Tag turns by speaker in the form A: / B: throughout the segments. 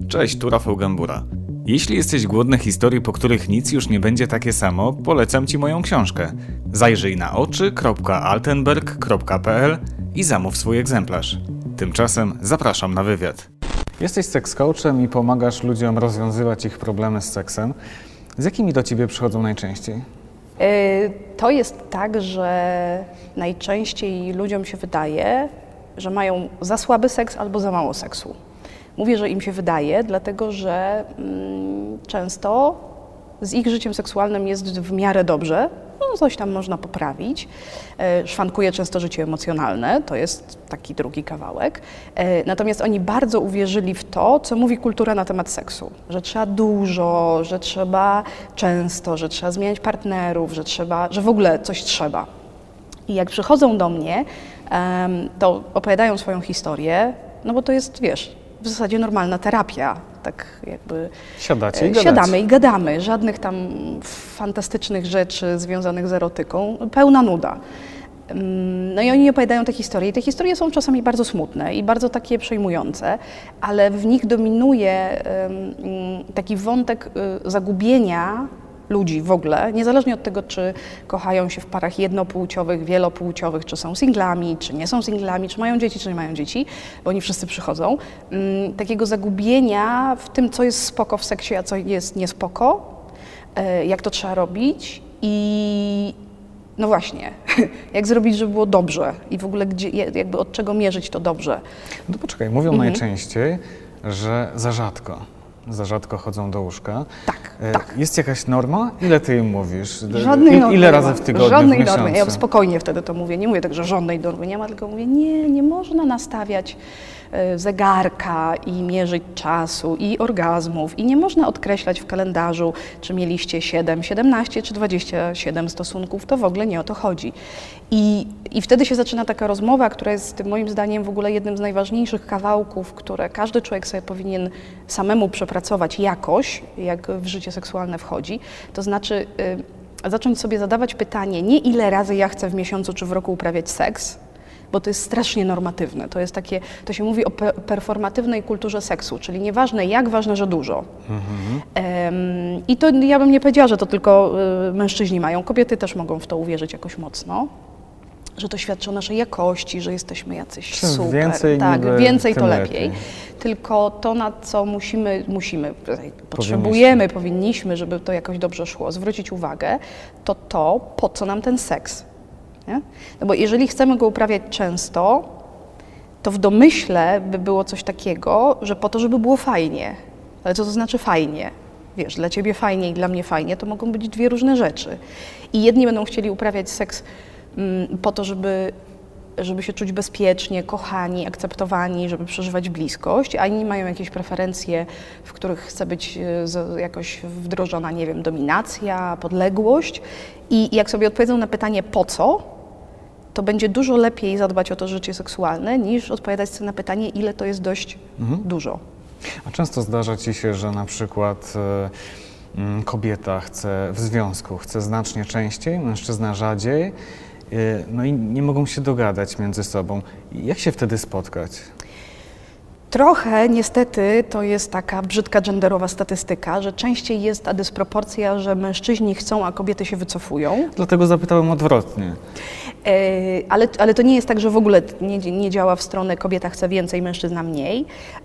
A: Cześć, tu Rafał Gambura. Jeśli jesteś głodny historii, po których nic już nie będzie takie samo, polecam Ci moją książkę. Zajrzyj na oczy.altenberg.pl i zamów swój egzemplarz. Tymczasem zapraszam na wywiad. Jesteś seks coachem i pomagasz ludziom rozwiązywać ich problemy z seksem. Z jakimi do Ciebie przychodzą najczęściej?
B: To jest tak, że najczęściej ludziom się wydaje, że mają za słaby seks albo za mało seksu. Mówię, że im się wydaje, dlatego że często z ich życiem seksualnym jest w miarę dobrze, no coś tam można poprawić. Szwankuje często życie emocjonalne, to jest taki drugi kawałek. Natomiast oni bardzo uwierzyli w to, co mówi kultura na temat seksu. Że trzeba dużo, że trzeba często, że trzeba zmieniać partnerów, że w ogóle coś trzeba. I jak przychodzą do mnie, to opowiadają swoją historię, no bo to jest, wiesz, w zasadzie normalna terapia, tak jakby
A: siadamy
B: i gadamy, żadnych tam fantastycznych rzeczy związanych z erotyką, pełna nuda. No i oni opowiadają te historie i te historie są czasami bardzo smutne i bardzo takie przejmujące, ale w nich dominuje taki wątek zagubienia ludzi w ogóle, niezależnie od tego, czy kochają się w parach jednopłciowych, wielopłciowych, czy są singlami, czy nie są singlami, czy mają dzieci, czy nie mają dzieci, bo oni wszyscy przychodzą. Takiego zagubienia w tym, co jest spoko w seksie, a co jest niespoko, jak to trzeba robić i no właśnie, jak zrobić, żeby było dobrze i w ogóle jakby od czego mierzyć to dobrze.
A: No poczekaj, mówią najczęściej, że za rzadko chodzą do łóżka.
B: Tak.
A: Jest jakaś norma? Ile ty im mówisz?
B: Żadnej normy.
A: Ile razy w tygodniu,
B: żadnej
A: w miesiącu?
B: normy. Ja spokojnie wtedy to mówię. Nie mówię tak, że żadnej normy nie ma, tylko mówię, nie można nastawiać zegarka i mierzyć czasu i orgazmów i nie można odkreślać w kalendarzu, czy mieliście 7, 17 czy 27 stosunków. To w ogóle nie o to chodzi. I wtedy się zaczyna taka rozmowa, która jest moim zdaniem w ogóle jednym z najważniejszych kawałków, które każdy człowiek sobie powinien samemu przepracować jakoś, jak w życie seksualne wchodzi. To znaczy zacząć sobie zadawać pytanie, nie ile razy ja chcę w miesiącu czy w roku uprawiać seks, bo to jest strasznie normatywne. To jest takie, to się mówi o performatywnej kulturze seksu, czyli nieważne jak, ważne, że dużo. I to ja bym nie powiedziała, że to tylko mężczyźni mają, kobiety też mogą w to uwierzyć jakoś mocno, że to świadczy o naszej jakości, że jesteśmy jacyś super. Więcej to lepiej. Tylko to, na co powinniśmy, żeby to jakoś dobrze szło, zwrócić uwagę, to po co nam ten seks. Nie? No bo jeżeli chcemy go uprawiać często, to w domyśle by było coś takiego, że po to, żeby było fajnie. Ale co to znaczy fajnie? Wiesz, dla ciebie fajnie i dla mnie fajnie, to mogą być dwie różne rzeczy. I jedni będą chcieli uprawiać seks po to, żeby się czuć bezpiecznie, kochani, akceptowani, żeby przeżywać bliskość, a inni mają jakieś preferencje, w których chce być jakoś wdrożona, nie wiem, dominacja, podległość. I jak sobie odpowiedzą na pytanie po co, to będzie dużo lepiej zadbać o to życie seksualne, niż odpowiadać sobie na pytanie, ile to jest dość dużo.
A: A często zdarza Ci się, że na przykład kobieta w związku chce znacznie częściej, mężczyzna rzadziej, no i nie mogą się dogadać między sobą. Jak się wtedy spotkać?
B: Trochę niestety to jest taka brzydka genderowa statystyka, że częściej jest ta dysproporcja, że mężczyźni chcą, a kobiety się wycofują.
A: Dlatego zapytałem odwrotnie.
B: Ale to nie jest tak, że w ogóle nie działa w stronę kobieta chce więcej, mężczyzna mniej.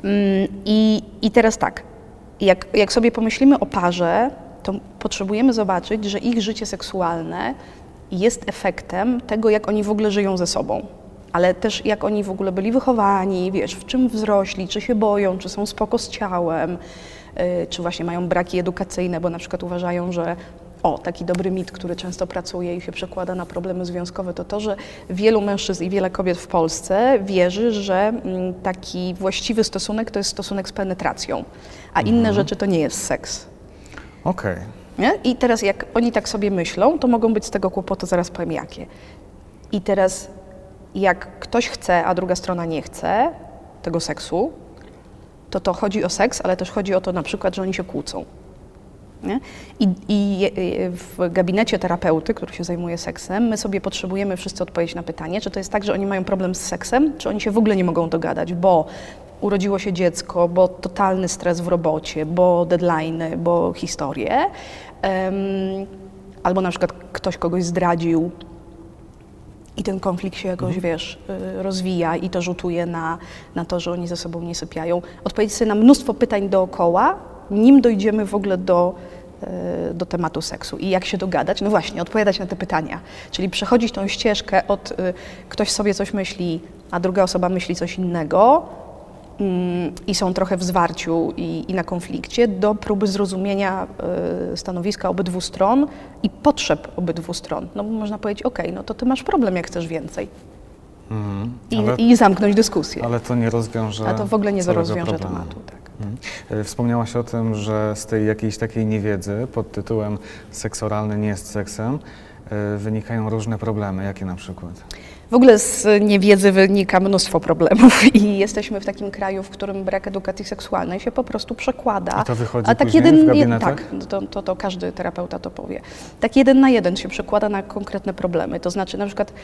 B: I teraz tak, jak sobie pomyślimy o parze, to potrzebujemy zobaczyć, że ich życie seksualne jest efektem tego, jak oni w ogóle żyją ze sobą. Ale też jak oni w ogóle byli wychowani, wiesz, w czym wzrośli, czy się boją, czy są spoko z ciałem, czy właśnie mają braki edukacyjne, bo na przykład uważają, że taki dobry mit, który często pracuje i się przekłada na problemy związkowe, to, że wielu mężczyzn i wiele kobiet w Polsce wierzy, że taki właściwy stosunek to jest stosunek z penetracją, a inne rzeczy to nie jest seks.
A: Okej.
B: Nie? I teraz jak oni tak sobie myślą, to mogą być z tego kłopoty, zaraz powiem jakie. I teraz jak ktoś chce, a druga strona nie chce tego seksu, to chodzi o seks, ale też chodzi o to na przykład, że oni się kłócą. Nie? I w gabinecie terapeuty, który się zajmuje seksem, my sobie potrzebujemy wszyscy odpowiedzieć na pytanie, czy to jest tak, że oni mają problem z seksem, czy oni się w ogóle nie mogą dogadać, bo urodziło się dziecko, bo totalny stres w robocie, bo deadline'y, bo historie, albo na przykład ktoś kogoś zdradził i ten konflikt się jakoś, wiesz, rozwija i to rzutuje na to, że oni ze sobą nie sypiają. Odpowiedzieć sobie na mnóstwo pytań dookoła, nim dojdziemy w ogóle do tematu seksu i jak się dogadać. No właśnie, odpowiadać na te pytania, czyli przechodzić tą ścieżkę od ktoś sobie coś myśli, a druga osoba myśli coś innego i są trochę w zwarciu i na konflikcie, do próby zrozumienia stanowiska obydwu stron i potrzeb obydwu stron. No bo można powiedzieć, okej, no to ty masz problem, jak chcesz więcej. I zamknąć dyskusję.
A: Ale to nie rozwiąże.
B: A to w ogóle nie rozwiąże
A: problemu.
B: tematu. Tak.
A: Wspomniałaś o tym, że z tej jakiejś takiej niewiedzy pod tytułem seks oralny nie jest seksem wynikają różne problemy. Jakie na przykład?
B: W ogóle z niewiedzy wynika mnóstwo problemów i jesteśmy w takim kraju, w którym brak edukacji seksualnej się po prostu przekłada.
A: A to wychodzi później w gabinetach?
B: Tak, to każdy terapeuta to powie. Tak 1 na 1 się przekłada na konkretne problemy. To znaczy na przykład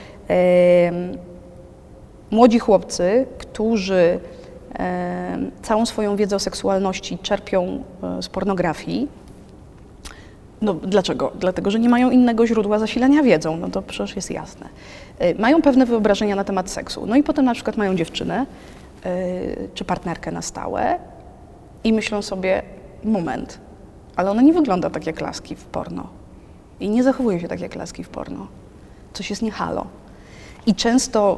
B: młodzi chłopcy, którzy całą swoją wiedzę o seksualności czerpią z pornografii. No dlaczego? Dlatego, że nie mają innego źródła zasilania wiedzą, no to przecież jest jasne. Mają pewne wyobrażenia na temat seksu, no i potem na przykład mają dziewczynę czy partnerkę na stałe i myślą sobie, moment, ale ona nie wygląda tak jak laski w porno i nie zachowuje się tak jak laski w porno. Coś jest nie halo. I często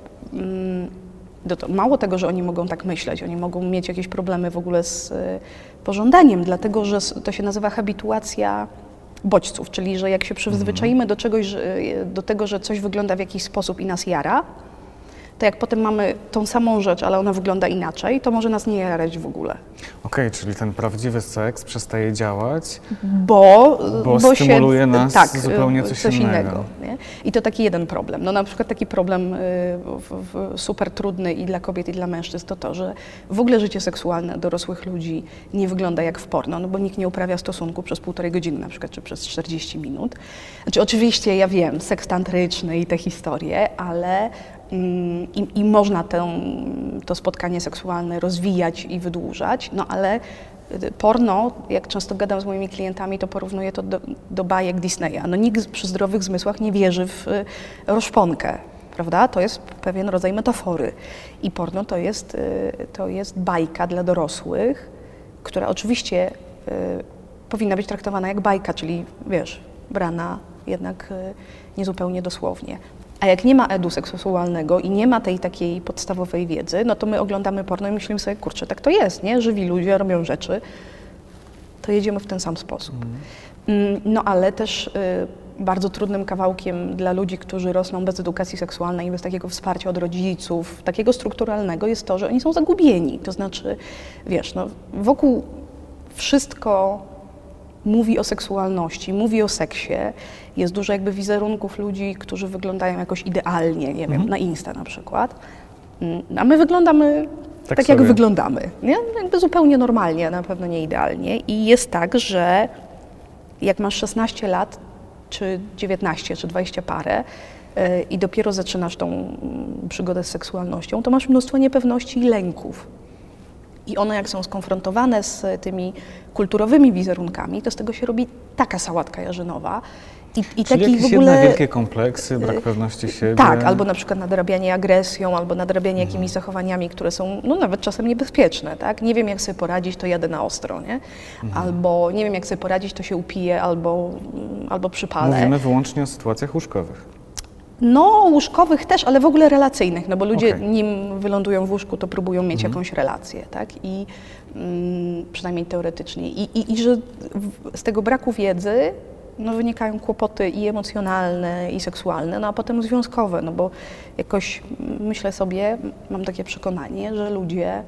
B: mało tego, że oni mogą tak myśleć, oni mogą mieć jakieś problemy w ogóle z pożądaniem, dlatego że to się nazywa habituacja bodźców, czyli że jak się przyzwyczaimy do czegoś, do tego, że coś wygląda w jakiś sposób i nas jara, to jak potem mamy tą samą rzecz, ale ona wygląda inaczej, to może nas nie jarać w ogóle.
A: Okej, czyli ten prawdziwy seks przestaje działać,
B: bo
A: stymuluje nas zupełnie coś innego.
B: Nie? I to taki jeden problem. No na przykład taki problem super trudny i dla kobiet, i dla mężczyzn to, że w ogóle życie seksualne dorosłych ludzi nie wygląda jak w porno, no bo nikt nie uprawia stosunku przez 1,5 godziny na przykład, czy przez 40 minut. Znaczy oczywiście ja wiem, seks tantryczny i te historie, ale i można to spotkanie seksualne rozwijać i wydłużać, no ale porno, jak często gadam z moimi klientami, to porównuję to do bajek Disneya. No nikt przy zdrowych zmysłach nie wierzy w rozszponkę, prawda? To jest pewien rodzaj metafory. I porno to jest bajka dla dorosłych, która oczywiście powinna być traktowana jak bajka, czyli wiesz, brana jednak niezupełnie dosłownie. A jak nie ma edu seksualnego i nie ma tej takiej podstawowej wiedzy, no to my oglądamy porno i myślimy sobie, kurczę, tak to jest, nie? Żywi ludzie robią rzeczy, to jedziemy w ten sam sposób. No ale też bardzo trudnym kawałkiem dla ludzi, którzy rosną bez edukacji seksualnej i bez takiego wsparcia od rodziców, takiego strukturalnego, jest to, że oni są zagubieni. To znaczy, wiesz, no, wokół wszystko mówi o seksualności, mówi o seksie. Jest dużo jakby wizerunków ludzi, którzy wyglądają jakoś idealnie, nie wiem, na Insta na przykład. A my wyglądamy tak jak wyglądamy, nie? Jakby zupełnie normalnie, na pewno nie idealnie. I jest tak, że jak masz 16 lat, czy 19, czy 20 parę i dopiero zaczynasz tą przygodę z seksualnością, to masz mnóstwo niepewności i lęków. I one jak są skonfrontowane z tymi kulturowymi wizerunkami, to z tego się robi taka sałatka jarzynowa.
A: I czyli taki w ogóle wielkie kompleksy, brak pewności siebie.
B: Tak, albo na przykład nadrabianie agresją, albo nadrabianie jakimiś zachowaniami, które są no, nawet czasem niebezpieczne, tak? Nie wiem, jak sobie poradzić, to jadę na ostro, nie? Albo nie wiem, jak sobie poradzić, to się upiję, albo przypalę.
A: Mówimy wyłącznie o sytuacjach łóżkowych.
B: No, łóżkowych też, ale w ogóle relacyjnych, no bo ludzie nim wylądują w łóżku, to próbują mieć jakąś relację, tak? I przynajmniej teoretycznie. I że z tego braku wiedzy no, wynikają kłopoty i emocjonalne, i seksualne, no a potem związkowe, no bo jakoś myślę sobie, mam takie przekonanie, że ludzie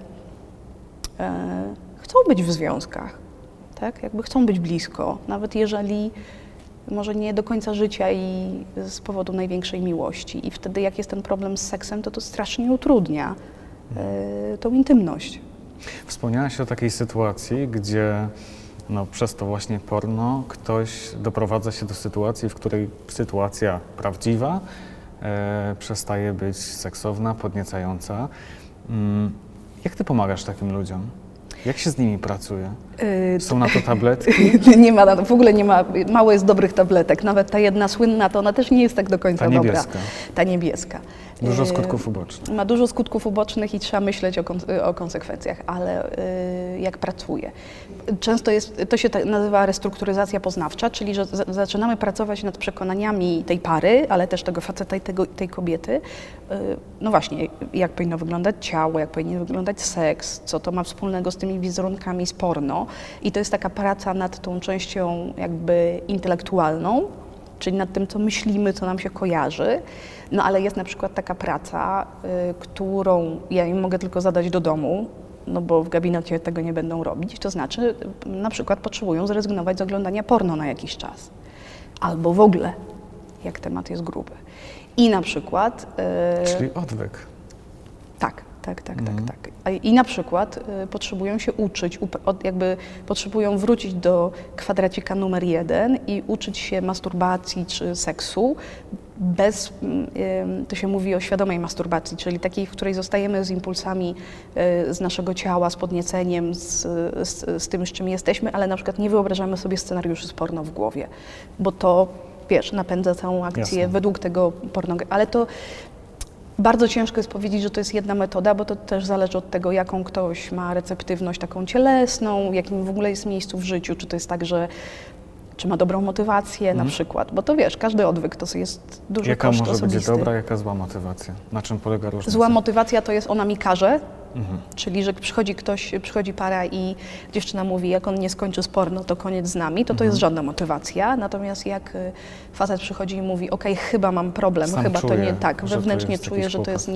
B: chcą być w związkach, tak? Jakby chcą być blisko, nawet jeżeli może nie do końca życia i z powodu największej miłości. I wtedy jak jest ten problem z seksem, to strasznie utrudnia tą intymność.
A: Wspomniałaś o takiej sytuacji, gdzie no, przez to właśnie porno ktoś doprowadza się do sytuacji, w której sytuacja prawdziwa przestaje być seksowna, podniecająca. Jak ty pomagasz takim ludziom? Jak się z nimi pracuje? Są na to tabletki?
B: Nie ma na to, w ogóle nie ma, mało jest dobrych tabletek. Nawet ta jedna słynna, to ona też nie jest tak do końca dobra. Ta niebieska.
A: Dużo skutków ubocznych.
B: Ma dużo skutków ubocznych i trzeba myśleć o konsekwencjach, ale jak pracuje. Często to się nazywa restrukturyzacja poznawcza, czyli że zaczynamy pracować nad przekonaniami tej pary, ale też tego faceta i tej kobiety. No właśnie, jak powinno wyglądać ciało, jak powinien wyglądać seks, co to ma wspólnego z tymi wizerunkami z porno. I to jest taka praca nad tą częścią jakby intelektualną, czyli nad tym, co myślimy, co nam się kojarzy. No ale jest na przykład taka praca, którą ja im mogę tylko zadać do domu, no bo w gabinecie tego nie będą robić, to znaczy na przykład potrzebują zrezygnować z oglądania porno na jakiś czas. Albo w ogóle, jak temat jest gruby. I na przykład...
A: Czyli odwyk.
B: Tak. I na przykład potrzebują się uczyć, jakby potrzebują wrócić do kwadracika numer 1 i uczyć się masturbacji czy seksu bez, to się mówi o świadomej masturbacji, czyli takiej, w której zostajemy z impulsami z naszego ciała, z podnieceniem, z tym, z czym jesteśmy, ale na przykład nie wyobrażamy sobie scenariuszy z porno w głowie, bo to, wiesz, napędza całą akcję. Jasne. Według tego ale to bardzo ciężko jest powiedzieć, że to jest jedna metoda, bo to też zależy od tego, jaką ktoś ma receptywność taką cielesną, w jakim w ogóle jest miejscu w życiu, czy to jest tak, że czy ma dobrą motywację na przykład, bo to wiesz, każdy odwyk to jest duży
A: jaka
B: koszt
A: może
B: osobisty.
A: być dobra, jaka zła motywacja? Na czym polega różnica?
B: Zła motywacja to jest ona mi każe, czyli że przychodzi para i dziewczyna mówi, jak on nie skończy z porno, to koniec z nami, to jest żadna motywacja, natomiast jak facet przychodzi i mówi, okej, chyba mam problem,
A: sam
B: chyba
A: czuję,
B: to nie tak, wewnętrznie czuję, że to jest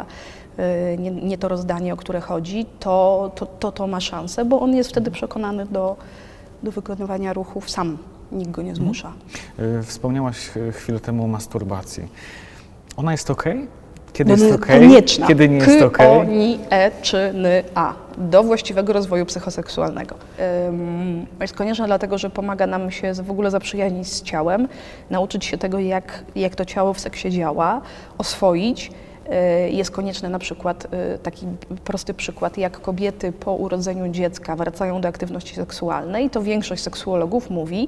B: nie to rozdanie, o które chodzi, to ma szansę, bo on jest wtedy przekonany do wykonywania ruchów sam. Nikt go nie zmusza.
A: Wspomniałaś chwilę temu o masturbacji. Ona jest okej? Kiedy jest okej?
B: Konieczna.
A: Kiedy nie jest okej?
B: Konieczna. Do właściwego rozwoju psychoseksualnego. Jest konieczna dlatego, że pomaga nam się w ogóle zaprzyjaźnić z ciałem, nauczyć się tego, jak to ciało w seksie działa, oswoić. Jest konieczny na przykład taki prosty przykład, jak kobiety po urodzeniu dziecka wracają do aktywności seksualnej, to większość seksuologów mówi,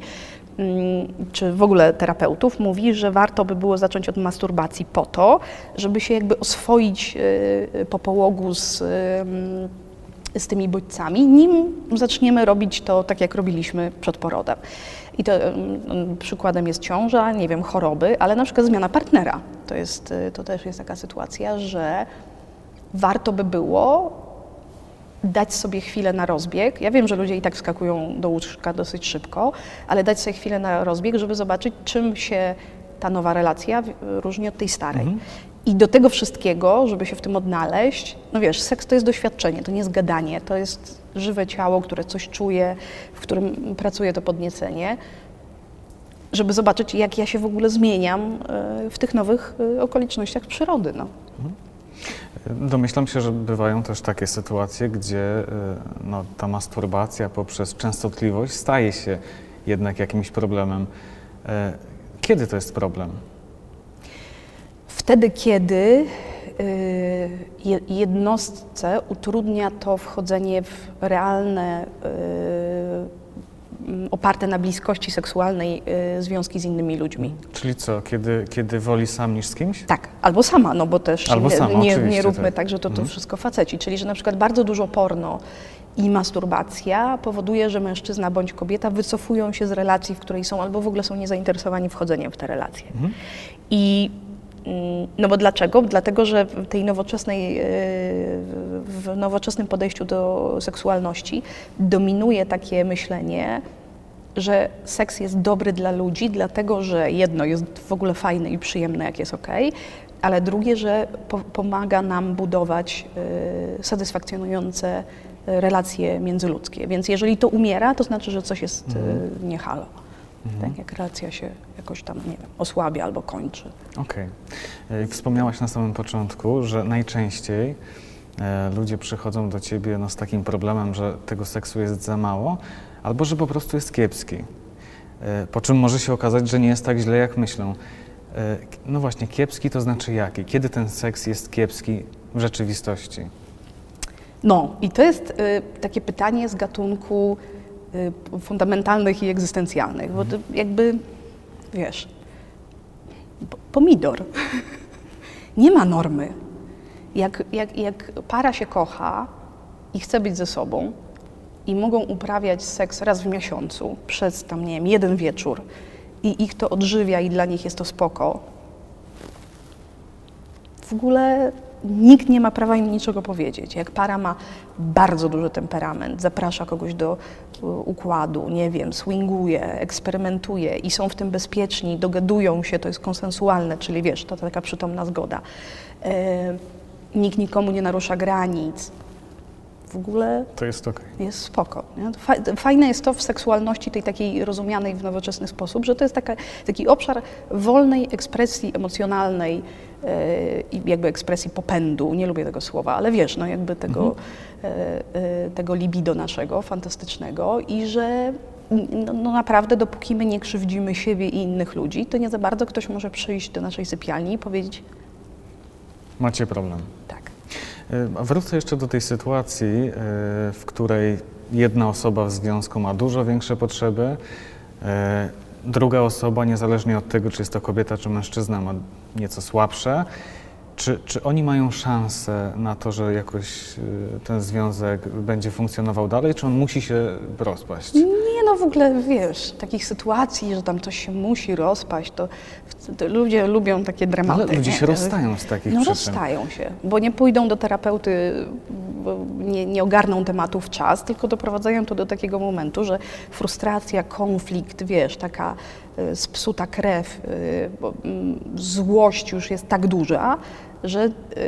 B: czy w ogóle terapeutów mówi, że warto by było zacząć od masturbacji po to, żeby się jakby oswoić po połogu z tymi bodźcami, nim zaczniemy robić to tak, jak robiliśmy przed porodem. I to przykładem jest ciąża, nie wiem, choroby, ale na przykład zmiana partnera. To też jest taka sytuacja, że warto by było dać sobie chwilę na rozbieg. Ja wiem, że ludzie i tak wskakują do łóżka dosyć szybko, ale dać sobie chwilę na rozbieg, żeby zobaczyć, czym się ta nowa relacja różni od tej starej. I do tego wszystkiego, żeby się w tym odnaleźć, no wiesz, seks to jest doświadczenie, to nie jest gadanie, to jest żywe ciało, które coś czuje, w którym pracuje to podniecenie, żeby zobaczyć, jak ja się w ogóle zmieniam w tych nowych okolicznościach przyrody. No.
A: Domyślam się, że bywają też takie sytuacje, gdzie ta masturbacja poprzez częstotliwość staje się jednak jakimś problemem. Kiedy to jest problem?
B: Wtedy, kiedy jednostce utrudnia to wchodzenie w realne, oparte na bliskości seksualnej związki z innymi ludźmi.
A: Czyli co, kiedy woli sam niż z kimś?
B: Tak, albo sama, no bo też nie róbmy
A: tak,
B: tak, że to wszystko faceci. Czyli, że na przykład bardzo dużo porno i masturbacja powoduje, że mężczyzna bądź kobieta wycofują się z relacji, w której są, albo w ogóle są niezainteresowani wchodzeniem w te relacje. No bo dlaczego? Dlatego, że w nowoczesnym podejściu do seksualności dominuje takie myślenie, że seks jest dobry dla ludzi, dlatego, że jedno jest w ogóle fajne i przyjemne, jak jest okej, ale drugie, że pomaga nam budować satysfakcjonujące relacje międzyludzkie. Więc jeżeli to umiera, to znaczy, że coś jest nie halo. Tak, jak relacja się jakoś tam, nie wiem, osłabia albo kończy.
A: Okej. Wspomniałaś na samym początku, że najczęściej ludzie przychodzą do ciebie z takim problemem, że tego seksu jest za mało, albo że po prostu jest kiepski. Po czym może się okazać, że nie jest tak źle, jak myślą. No właśnie, kiepski to znaczy jaki? Kiedy ten seks jest kiepski w rzeczywistości?
B: No i to jest takie pytanie z gatunku fundamentalnych i egzystencjalnych, bo to jakby, wiesz, pomidor. Nie ma normy. Jak para się kocha i chce być ze sobą i mogą uprawiać seks raz w miesiącu przez tam, nie wiem, jeden wieczór i ich to odżywia i dla nich jest to spoko, w ogóle nikt nie ma prawa im niczego powiedzieć. Jak para ma bardzo duży temperament, zaprasza kogoś do układu, nie wiem, swinguje, eksperymentuje i są w tym bezpieczni, dogadują się, to jest konsensualne, czyli wiesz, to taka przytomna zgoda. Nikt nikomu nie narusza granic. W ogóle
A: to jest okej.
B: Jest spoko. Nie? Fajne jest to w seksualności tej takiej rozumianej w nowoczesny sposób, że to jest taki obszar wolnej ekspresji emocjonalnej i jakby ekspresji popędu, nie lubię tego słowa, ale wiesz, no jakby tego libido naszego, fantastycznego i że no naprawdę dopóki my nie krzywdzimy siebie i innych ludzi, to nie za bardzo ktoś może przyjść do naszej sypialni i powiedzieć:
A: macie problem.
B: Tak.
A: Wrócę jeszcze do tej sytuacji, w której jedna osoba w związku ma dużo większe potrzeby, druga osoba, niezależnie od tego, czy jest to kobieta, czy mężczyzna, ma nieco słabsze. Czy oni mają szansę na to, że jakoś ten związek będzie funkcjonował dalej, czy on musi się rozpaść?
B: Nie, no w ogóle, wiesz, takich sytuacji, że tam coś się musi rozpaść, to ludzie lubią takie dramaty.
A: Ale ludzie się rozstają z takich przyczyn.
B: Rozstają się, bo nie pójdą do terapeuty, bo nie ogarną tematu w czas, tylko doprowadzają to do takiego momentu, że frustracja, konflikt, wiesz, taka spsuta krew, złość już jest tak duża, że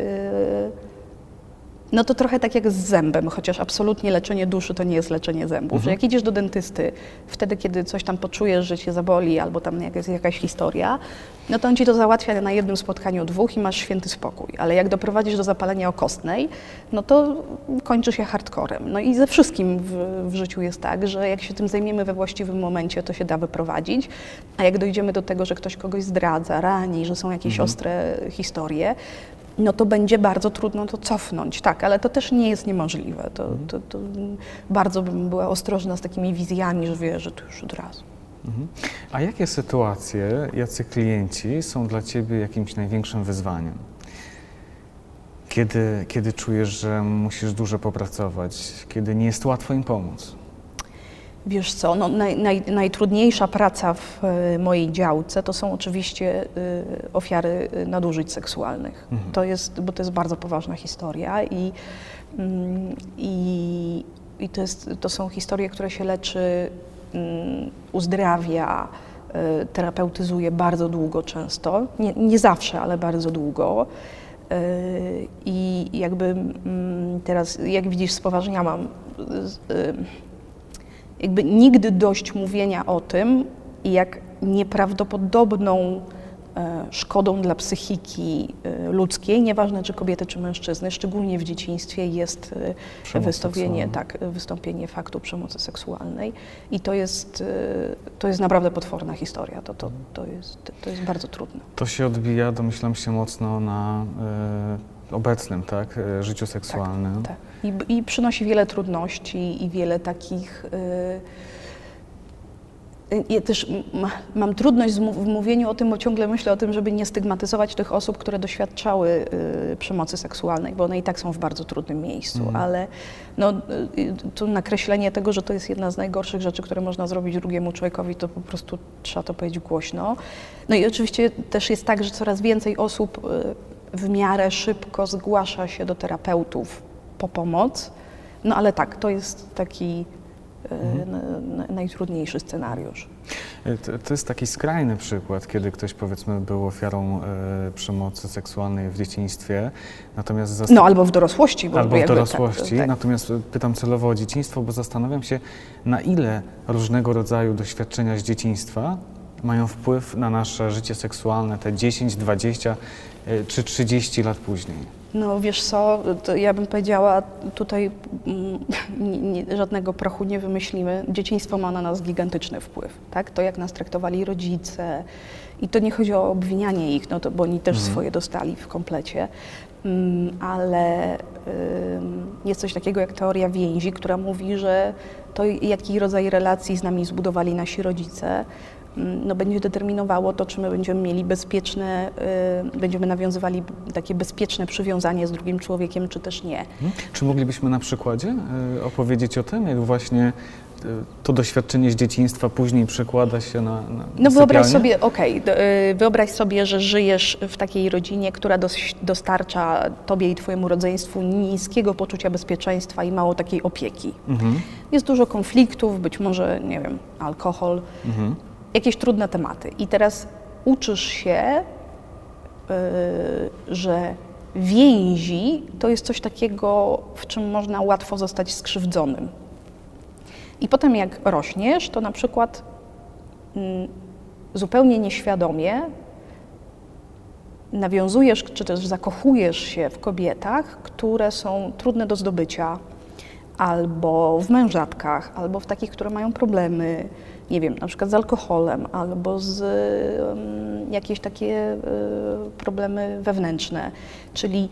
B: no to trochę tak jak z zębem, chociaż absolutnie leczenie duszy to nie jest leczenie zębów. Że jak idziesz do dentysty, wtedy kiedy coś tam poczujesz, że cię zaboli albo tam jest jakaś historia, no to on ci to załatwia na jednym spotkaniu 2 i masz święty spokój. Ale jak doprowadzisz do zapalenia okostnej, no to kończy się hardcorem. No i ze wszystkim w życiu jest tak, że jak się tym zajmiemy we właściwym momencie, to się da wyprowadzić, a jak dojdziemy do tego, że ktoś kogoś zdradza, rani, że są jakieś ostre historie, no to będzie bardzo trudno to cofnąć, tak, ale to też nie jest niemożliwe. To bardzo bym była ostrożna z takimi wizjami, że wiesz, że to już od razu.
A: A jakie sytuacje, jacy klienci są dla Ciebie jakimś największym wyzwaniem? Kiedy czujesz, że musisz dużo popracować, kiedy nie jest łatwo im pomóc?
B: Wiesz co, no najtrudniejsza praca w mojej działce to są oczywiście ofiary nadużyć seksualnych. Bo to jest bardzo poważna historia i to są historie, które się leczy, uzdrawia, terapeutyzuje bardzo długo często. Nie zawsze, ale bardzo długo. I jakby teraz, jak widzisz, spoważniałam. Jakby nigdy dość mówienia o tym, jak nieprawdopodobną szkodą dla psychiki ludzkiej, nieważne czy kobiety, czy mężczyzny, szczególnie w dzieciństwie, jest wystąpienie faktu przemocy seksualnej. I to jest naprawdę potworna historia. To jest bardzo trudne.
A: To się odbija, domyślam się, mocno na obecnym, tak, życiu seksualnym.
B: Tak. I przynosi wiele trudności i wiele takich... Ja też mam trudność w mówieniu o tym, bo ciągle myślę o tym, żeby nie stygmatyzować tych osób, które doświadczały przemocy seksualnej, bo one i tak są w bardzo trudnym miejscu, ale no, to nakreślenie tego, że to jest jedna z najgorszych rzeczy, które można zrobić drugiemu człowiekowi, to po prostu trzeba to powiedzieć głośno. No i oczywiście też jest tak, że coraz więcej osób w miarę szybko zgłasza się do terapeutów po pomoc, no ale tak, to jest taki najtrudniejszy scenariusz.
A: To jest taki skrajny przykład, kiedy ktoś, powiedzmy, był ofiarą przemocy seksualnej w dzieciństwie, natomiast...
B: No albo w dorosłości.
A: Albo w dorosłości, tak. Natomiast pytam celowo o dzieciństwo, bo zastanawiam się, na ile różnego rodzaju doświadczenia z dzieciństwa mają wpływ na nasze życie seksualne te 10, 20 czy 30 lat później.
B: No wiesz co, to ja bym powiedziała, tutaj żadnego prochu nie wymyślimy. Dzieciństwo ma na nas gigantyczny wpływ, tak? To jak nas traktowali rodzice i to nie chodzi o obwinianie ich, no to, bo oni też swoje dostali w komplecie, ale jest coś takiego jak teoria więzi, która mówi, że to, jaki rodzaj relacji z nami zbudowali nasi rodzice, no, będzie determinowało to, czy my będziemy mieli bezpieczne, będziemy nawiązywali takie bezpieczne przywiązanie z drugim człowiekiem, czy też nie.
A: Czy moglibyśmy na przykładzie opowiedzieć o tym, jak właśnie to doświadczenie z dzieciństwa później przekłada się na
B: No wyobraź sobie, wyobraź sobie, że żyjesz w takiej rodzinie, która dostarcza tobie i twojemu rodzeństwu niskiego poczucia bezpieczeństwa i mało takiej opieki. Jest dużo konfliktów, być może, nie wiem, alkohol, jakieś trudne tematy. I teraz uczysz się, że więzi to jest coś takiego, w czym można łatwo zostać skrzywdzonym. I potem jak rośniesz, to na przykład zupełnie nieświadomie nawiązujesz, czy też zakochujesz się w kobietach, które są trudne do zdobycia, albo w mężatkach, albo w takich, które mają problemy, nie wiem, na przykład z alkoholem, albo z jakieś takie problemy wewnętrzne. Czyli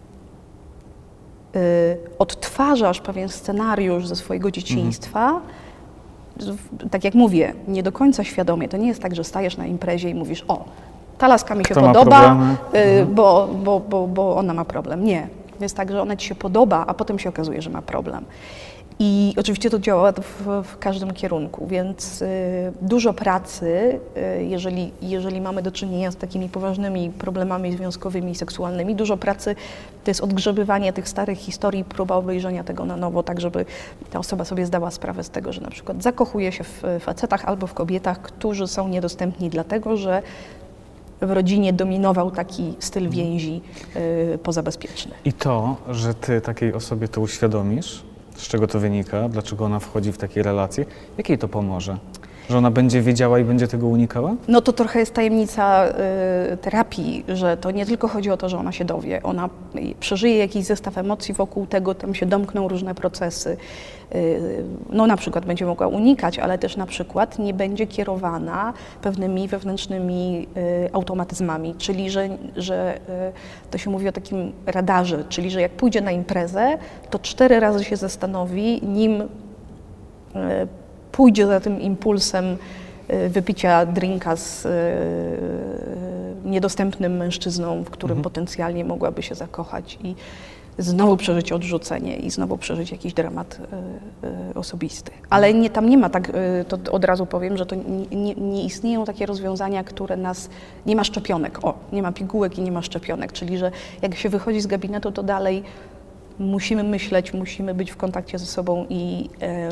B: odtwarzasz pewien scenariusz ze swojego dzieciństwa, tak jak mówię, nie do końca świadomie. To nie jest tak, że stajesz na imprezie i mówisz, o, ta laska mi się podoba, bo ona ma problem. Nie. Jest tak, że ona ci się podoba, a potem się okazuje, że ma problem. I oczywiście to działa w każdym kierunku, więc dużo pracy, jeżeli mamy do czynienia z takimi poważnymi problemami związkowymi i seksualnymi, dużo pracy to jest odgrzebywanie tych starych historii, próba obejrzenia tego na nowo, tak żeby ta osoba sobie zdała sprawę z tego, że na przykład zakochuje się w facetach albo w kobietach, którzy są niedostępni dlatego, że w rodzinie dominował taki styl więzi pozabezpieczny.
A: I to, że ty takiej osobie to uświadomisz, z czego to wynika, dlaczego ona wchodzi w takie relacje, jak jej to pomoże? Że ona będzie wiedziała i będzie tego unikała?
B: No to trochę jest tajemnica terapii, że to nie tylko chodzi o to, że ona się dowie, ona przeżyje jakiś zestaw emocji wokół tego, tam się domkną różne procesy. No na przykład będzie mogła unikać, ale też na przykład nie będzie kierowana pewnymi wewnętrznymi automatyzmami, czyli że to się mówi o takim radarze, czyli że jak pójdzie na imprezę, to 4 razy się zastanowi, nim pójdzie za tym impulsem wypicia drinka z niedostępnym mężczyzną, w którym potencjalnie mogłaby się zakochać i znowu przeżyć odrzucenie i znowu przeżyć jakiś dramat osobisty. Ale tam nie ma tak, to od razu powiem, że to nie istnieją takie rozwiązania, które nas, nie ma szczepionek, nie ma pigułek i nie ma szczepionek, czyli że jak się wychodzi z gabinetu, to dalej musimy myśleć, musimy być w kontakcie ze sobą i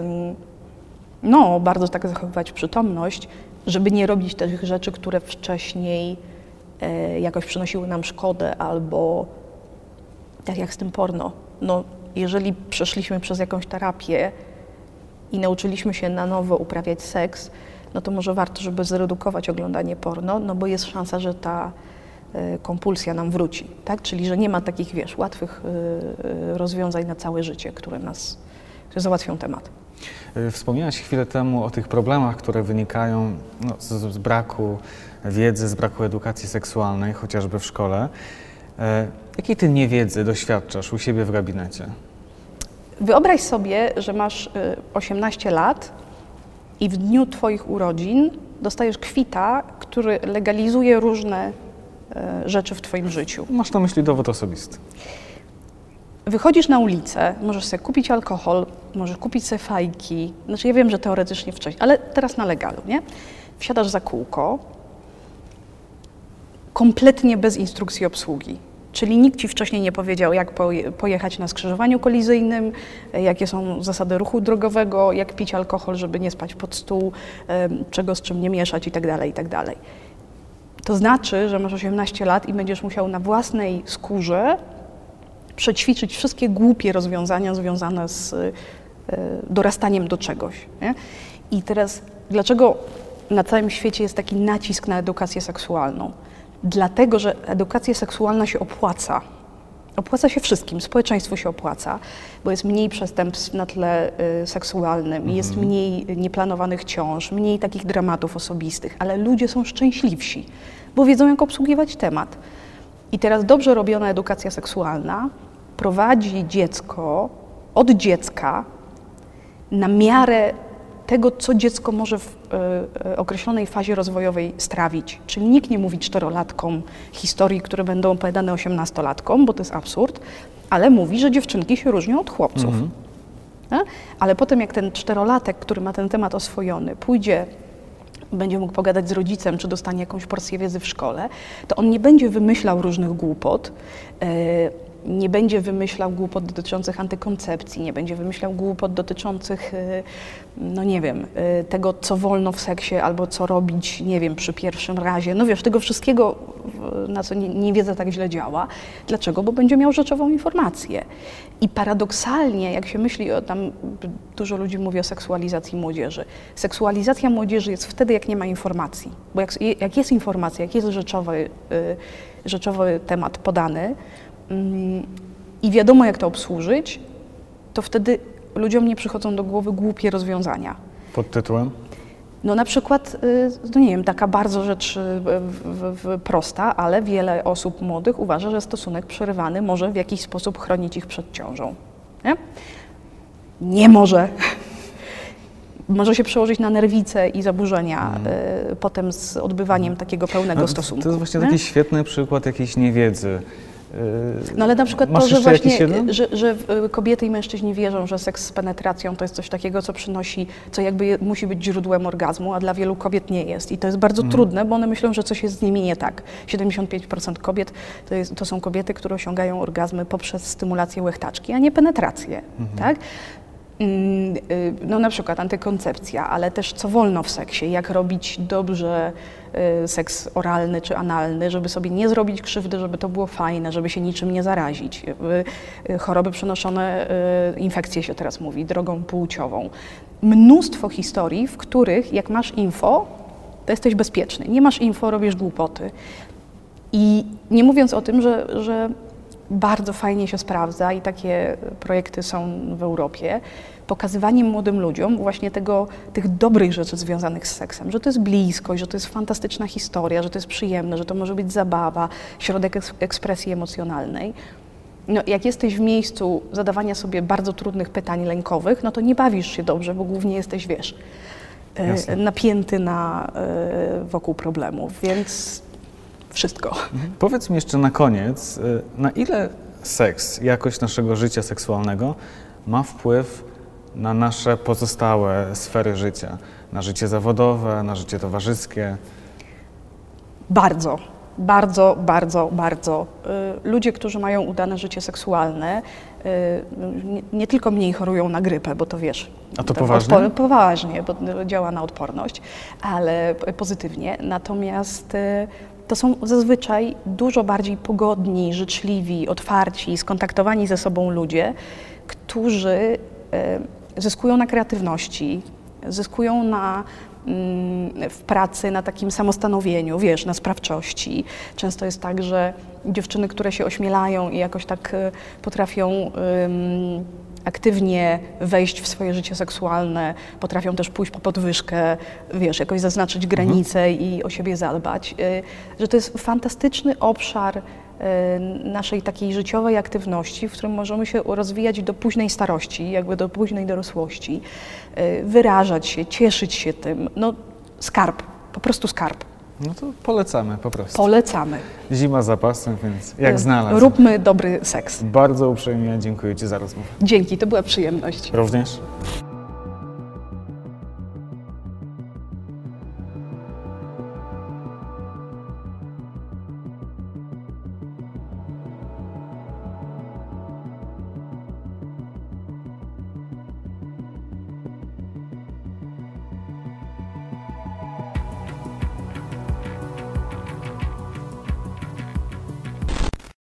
B: bardzo tak zachowywać przytomność, żeby nie robić tych rzeczy, które wcześniej jakoś przynosiły nam szkodę, albo tak jak z tym porno. No, jeżeli przeszliśmy przez jakąś terapię i nauczyliśmy się na nowo uprawiać seks, no to może warto, żeby zredukować oglądanie porno, no bo jest szansa, że ta kompulsja nam wróci, tak? Czyli że nie ma takich, łatwych rozwiązań na całe życie, które załatwią temat.
A: Wspomniałaś chwilę temu o tych problemach, które wynikają z braku wiedzy, z braku edukacji seksualnej, chociażby w szkole. Jakiej ty niewiedzy doświadczasz u siebie w gabinecie?
B: Wyobraź sobie, że masz 18 lat i w dniu twoich urodzin dostajesz kwita, który legalizuje różne rzeczy w twoim życiu.
A: Masz na myśli dowód osobisty.
B: Wychodzisz na ulicę, możesz sobie kupić alkohol, możesz kupić sobie fajki. Znaczy ja wiem, że teoretycznie wcześniej, ale teraz na legalu, nie? Wsiadasz za kółko, kompletnie bez instrukcji obsługi. Czyli nikt ci wcześniej nie powiedział, jak pojechać na skrzyżowaniu kolizyjnym, jakie są zasady ruchu drogowego, jak pić alkohol, żeby nie spać pod stół, czego z czym nie mieszać itd., itd. To znaczy, że masz 18 lat i będziesz musiał na własnej skórze przećwiczyć wszystkie głupie rozwiązania związane z dorastaniem do czegoś. Nie? I teraz, dlaczego na całym świecie jest taki nacisk na edukację seksualną? Dlatego, że edukacja seksualna się opłaca. Opłaca się wszystkim, społeczeństwu się opłaca, bo jest mniej przestępstw na tle seksualnym, jest mniej nieplanowanych ciąż, mniej takich dramatów osobistych, ale ludzie są szczęśliwsi, bo wiedzą, jak obsługiwać temat. I teraz dobrze robiona edukacja seksualna prowadzi dziecko od dziecka na miarę tego, co dziecko może w określonej fazie rozwojowej strawić. Czyli nikt nie mówi 4-latkom historii, które będą opowiadane 18-latkom, bo to jest absurd, ale mówi, że dziewczynki się różnią od chłopców. Ale potem jak ten 4-latek, który ma ten temat oswojony, pójdzie, będzie mógł pogadać z rodzicem, czy dostanie jakąś porcję wiedzy w szkole, to on nie będzie wymyślał różnych głupot, nie będzie wymyślał głupot dotyczących antykoncepcji, nie będzie wymyślał głupot dotyczących, no nie wiem, tego, co wolno w seksie albo co robić, nie wiem, przy pierwszym razie. No wiesz, tego wszystkiego, na co nie wiedza tak źle działa. Dlaczego? Bo będzie miał rzeczową informację. I paradoksalnie, jak się myśli, tam dużo ludzi mówi o seksualizacji młodzieży. Seksualizacja młodzieży jest wtedy, jak nie ma informacji. Bo jak jest informacja, jak jest rzeczowy temat podany, i wiadomo, jak to obsłużyć, to wtedy ludziom nie przychodzą do głowy głupie rozwiązania.
A: Pod tytułem?
B: No na przykład, no nie wiem, taka bardzo rzecz prosta, ale wiele osób młodych uważa, że stosunek przerywany może w jakiś sposób chronić ich przed ciążą. Nie? Nie może. Może się przełożyć na nerwice i zaburzenia potem z odbywaniem takiego pełnego stosunku.
A: To jest właśnie taki świetny przykład jakiejś niewiedzy.
B: No ale na przykład to, że właśnie, że kobiety i mężczyźni wierzą, że seks z penetracją to jest coś takiego, co przynosi, co jakby musi być źródłem orgazmu, a dla wielu kobiet nie jest. I to jest bardzo trudne, bo one myślą, że coś jest z nimi nie tak. 75% kobiet to są kobiety, które osiągają orgazmy poprzez stymulację łechtaczki, a nie penetrację, tak? No na przykład antykoncepcja, ale też co wolno w seksie, jak robić dobrze seks oralny czy analny, żeby sobie nie zrobić krzywdy, żeby to było fajne, żeby się niczym nie zarazić. Choroby przenoszone, infekcje się teraz mówi, drogą płciową. Mnóstwo historii, w których jak masz info, to jesteś bezpieczny. Nie masz info, robisz głupoty. I nie mówiąc o tym, że bardzo fajnie się sprawdza i takie projekty są w Europie, pokazywaniem młodym ludziom właśnie tych dobrych rzeczy związanych z seksem, że to jest bliskość, że to jest fantastyczna historia, że to jest przyjemne, że to może być zabawa, środek ekspresji emocjonalnej. No, jak jesteś w miejscu zadawania sobie bardzo trudnych pytań lękowych, no to nie bawisz się dobrze, bo głównie jesteś, wiesz, napięty wokół problemów, więc wszystko.
A: Powiedz mi jeszcze na koniec, na ile seks, jakość naszego życia seksualnego ma wpływ na nasze pozostałe sfery życia, na życie zawodowe, na życie towarzyskie?
B: Bardzo, bardzo, bardzo, bardzo. Ludzie, którzy mają udane życie seksualne, nie tylko mniej chorują na grypę, bo to wiesz.
A: A to poważnie?
B: Poważnie, bo działa na odporność, ale pozytywnie. Natomiast to są zazwyczaj dużo bardziej pogodni, życzliwi, otwarci, skontaktowani ze sobą ludzie, którzy zyskują na kreatywności, zyskują w pracy, na takim samostanowieniu, wiesz, na sprawczości. Często jest tak, że dziewczyny, które się ośmielają i jakoś tak potrafią aktywnie wejść w swoje życie seksualne, potrafią też pójść po podwyżkę, wiesz, jakoś zaznaczyć granice i o siebie zadbać. Że to jest fantastyczny obszar naszej takiej życiowej aktywności, w którym możemy się rozwijać do późnej starości, jakby do późnej dorosłości, wyrażać się, cieszyć się tym. No skarb, po prostu skarb.
A: No to polecamy po prostu.
B: Polecamy.
A: Zima za pasem, więc jak znalazł.
B: Róbmy dobry seks.
A: Bardzo uprzejmie dziękuję Ci za rozmowę.
B: Dzięki, to była przyjemność.
A: Również.